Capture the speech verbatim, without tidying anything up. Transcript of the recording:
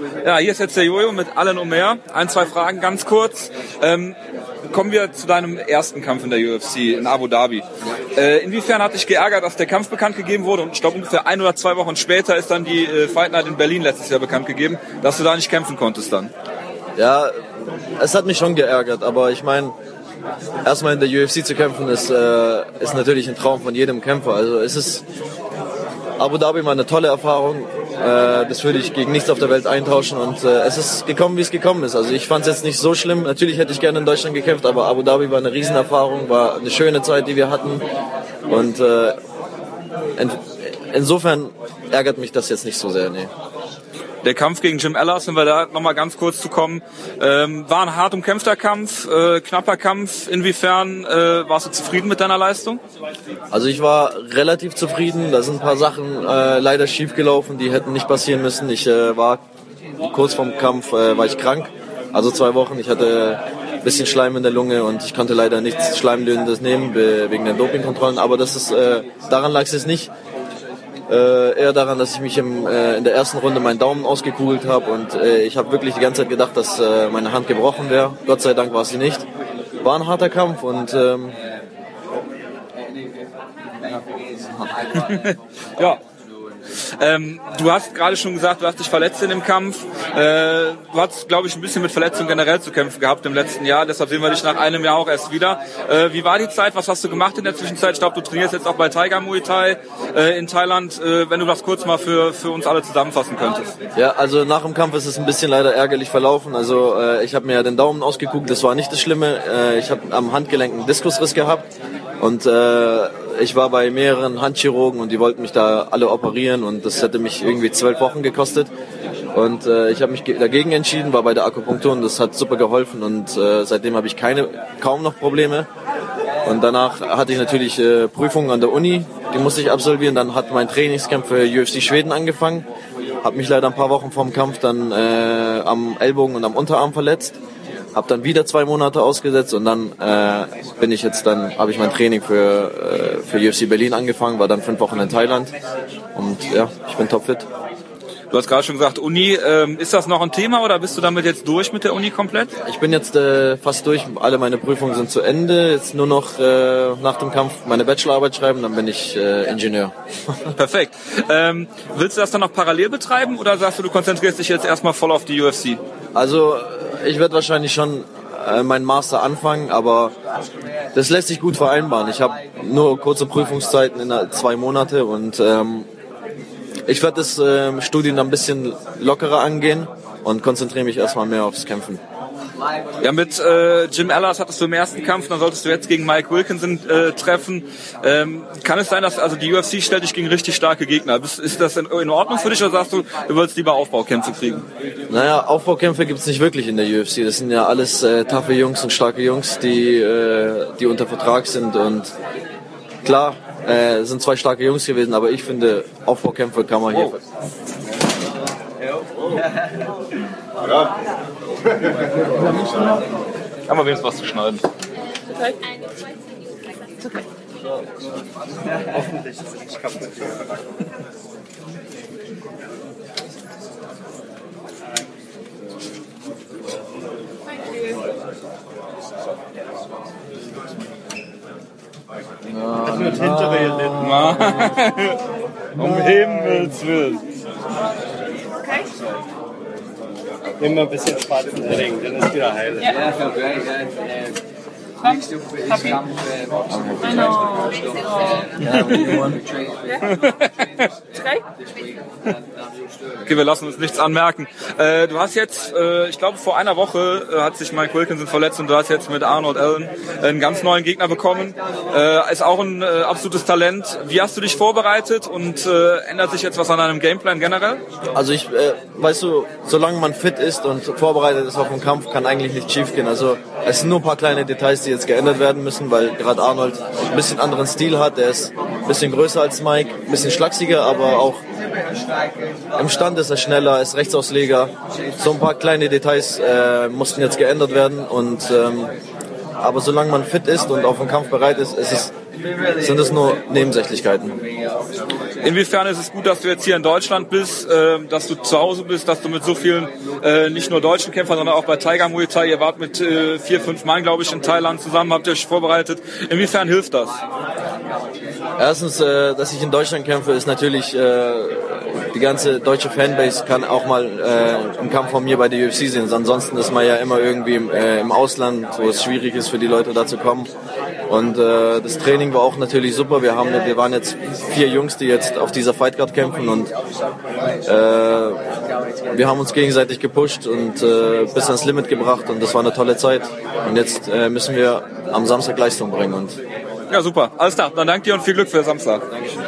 Ja, hier ist jetzt der Jojo mit Allen Omer. Ein, zwei Fragen ganz kurz. Ähm, kommen wir zu deinem ersten Kampf in der U F C in Abu Dhabi. Äh, inwiefern hat dich geärgert, dass der Kampf bekannt gegeben wurde? Und ich glaube, ungefähr ein oder zwei Wochen später ist dann die äh, Fight Night in Berlin letztes Jahr bekannt gegeben, dass du da nicht kämpfen konntest dann. Ja, es hat mich schon geärgert, aber ich meine, erstmal in der U F C zu kämpfen ist, äh, ist natürlich ein Traum von jedem Kämpfer. Also es ist, Abu Dhabi war eine tolle Erfahrung. Äh, das würde ich gegen nichts auf der Welt eintauschen und äh, es ist gekommen, wie es gekommen ist. Also ich fand es jetzt nicht so schlimm. Natürlich hätte ich gerne in Deutschland gekämpft, aber Abu Dhabi war eine Riesenerfahrung, war eine schöne Zeit, die wir hatten. Und äh, in, insofern ärgert mich das jetzt nicht so sehr, nee. Der Kampf gegen Jim Ellis, wenn wir da nochmal ganz kurz zu kommen, ähm, war ein hart umkämpfter Kampf, äh, knapper Kampf. Inwiefern äh, warst du zufrieden mit deiner Leistung? Also ich war relativ zufrieden. Da sind ein paar Sachen äh, leider schief gelaufen, die hätten nicht passieren müssen. Ich äh, war kurz vorm Kampf, äh, war ich krank, also zwei Wochen. Ich hatte ein bisschen Schleim in der Lunge und ich konnte leider nichts Schleimlösendes nehmen wegen den Dopingkontrollen. Aber das ist, äh, daran lag es jetzt nicht. Äh, eher daran, dass ich mich im, äh, in der ersten Runde meinen Daumen ausgekugelt habe und äh, ich habe wirklich die ganze Zeit gedacht, dass äh, meine Hand gebrochen wäre. Gott sei Dank war sie nicht. War ein harter Kampf und ähm ja. Ähm, du hast gerade schon gesagt, du hast dich verletzt in dem Kampf. Äh, du hast, glaube ich, ein bisschen mit Verletzungen generell zu kämpfen gehabt im letzten Jahr. Deshalb sehen wir dich nach einem Jahr auch erst wieder. Äh, wie war die Zeit? Was hast du gemacht in der Zwischenzeit? Ich glaube, du trainierst jetzt auch bei Tiger Muay Thai äh, in Thailand. Äh, wenn du das kurz mal für, für uns alle zusammenfassen könntest. Ja, also nach dem Kampf ist es ein bisschen leider ärgerlich verlaufen. Also äh, ich habe mir ja den Daumen ausgekugelt. Das war nicht das Schlimme. Äh, ich habe am Handgelenk einen Diskusriss gehabt. Und äh, ich war bei mehreren Handchirurgen und die wollten mich da alle operieren und das hätte mich irgendwie zwölf Wochen gekostet. Und äh, ich habe mich dagegen entschieden, war bei der Akupunktur und das hat super geholfen und äh, seitdem habe ich keine, kaum noch Probleme. Und danach hatte ich natürlich äh, Prüfungen an der Uni, die musste ich absolvieren. Dann hat mein Trainingscamp für U F C Schweden angefangen. Habe mich leider ein paar Wochen vorm Kampf dann äh, am Ellbogen und am Unterarm verletzt. Habe dann wieder zwei Monate ausgesetzt und dann äh, bin ich jetzt dann habe ich mein Training für äh, für U F C Berlin angefangen, war dann fünf Wochen in Thailand und ja, ich bin topfit. Du hast gerade schon gesagt, Uni, ähm, ist das noch ein Thema oder bist du damit jetzt durch mit der Uni komplett? Ich bin jetzt äh, fast durch, alle meine Prüfungen sind zu Ende, jetzt nur noch äh, nach dem Kampf meine Bachelorarbeit schreiben, dann bin ich äh, Ingenieur. Perfekt. Ähm, willst du das dann noch parallel betreiben oder sagst du, du konzentrierst dich jetzt erstmal voll auf die U F C? Also ich werde wahrscheinlich schon äh, meinen Master anfangen, aber das lässt sich gut vereinbaren. Ich habe nur kurze Prüfungszeiten in zwei Monate und ähm, ich werde das äh, Studium dann ein bisschen lockerer angehen und konzentriere mich erstmal mehr aufs Kämpfen. Ja, mit äh, Jim Ellis hattest du im ersten Kampf, dann solltest du jetzt gegen Mike Wilkinson äh, treffen. Ähm, kann es sein, dass also die U F C stellt dich gegen richtig starke Gegner? Ist, ist das in, in Ordnung für dich oder sagst du, du würdest lieber Aufbaukämpfe kriegen? Naja, Aufbaukämpfe gibt es nicht wirklich in der U F C. Das sind ja alles äh, taffe Jungs und starke Jungs, die, äh, die unter Vertrag sind und klar, äh, es sind zwei starke Jungs gewesen, aber ich finde, Aufbaukämpfe kann man hier... Oh. Ja. Haben wir wenigstens was zu schneiden. Okay. Okay. Hoffentlich ist es nicht kaputt. Hat nur das hintere gelitten. Um Himmels Willen. Okay. Immer ein bisschen Spatzen trinken, dann ist wieder heil. Ja, ja, so great. Next up is camp boxing. I know. Okay, wir lassen uns nichts anmerken. Äh, du hast jetzt, äh, ich glaube vor einer Woche äh, hat sich Mike Wilkinson verletzt und du hast jetzt mit Arnold Allen einen ganz neuen Gegner bekommen. Äh, ist auch ein äh, absolutes Talent. Wie hast du dich vorbereitet und äh, ändert sich jetzt was an deinem Gameplan generell? Also ich, äh, weißt du, solange man fit ist und vorbereitet ist auf den Kampf, kann eigentlich nichts schief gehen. Also es sind nur ein paar kleine Details, die jetzt geändert werden müssen, weil gerade Arnold ein bisschen anderen Stil hat. Der ist ein bisschen größer als Mike, ein bisschen schlachsiger, aber auch im Stand ist er schneller, ist Rechtsausleger. So ein paar kleine Details äh, mussten jetzt geändert werden. Und, ähm, aber solange man fit ist und auf den Kampf bereit ist, ist es, sind es nur Nebensächlichkeiten. Inwiefern ist es gut, dass du jetzt hier in Deutschland bist, äh, dass du zu Hause bist, dass du mit so vielen, äh, nicht nur deutschen Kämpfern, sondern auch bei Tiger Muay Thai, ihr wart mit äh, vier, fünf Mann, glaube ich, in Thailand zusammen, habt ihr euch vorbereitet. Inwiefern hilft das? Erstens, äh, dass ich in Deutschland kämpfe, ist natürlich, äh, die ganze deutsche Fanbase kann auch mal äh, einen Kampf von mir bei der U F C sehen. Ansonsten ist man ja immer irgendwie im, äh, im Ausland, wo es schwierig ist für die Leute da zu kommen. Und äh, das Training war auch natürlich super. Wir haben, wir waren jetzt vier Jungs, die jetzt auf dieser Fightcard kämpfen und äh, wir haben uns gegenseitig gepusht und äh, bis ans Limit gebracht und das war eine tolle Zeit. Und jetzt äh, müssen wir am Samstag Leistung bringen. Und ja, super. Alles klar. Dann danke dir und viel Glück für Samstag. Dankeschön.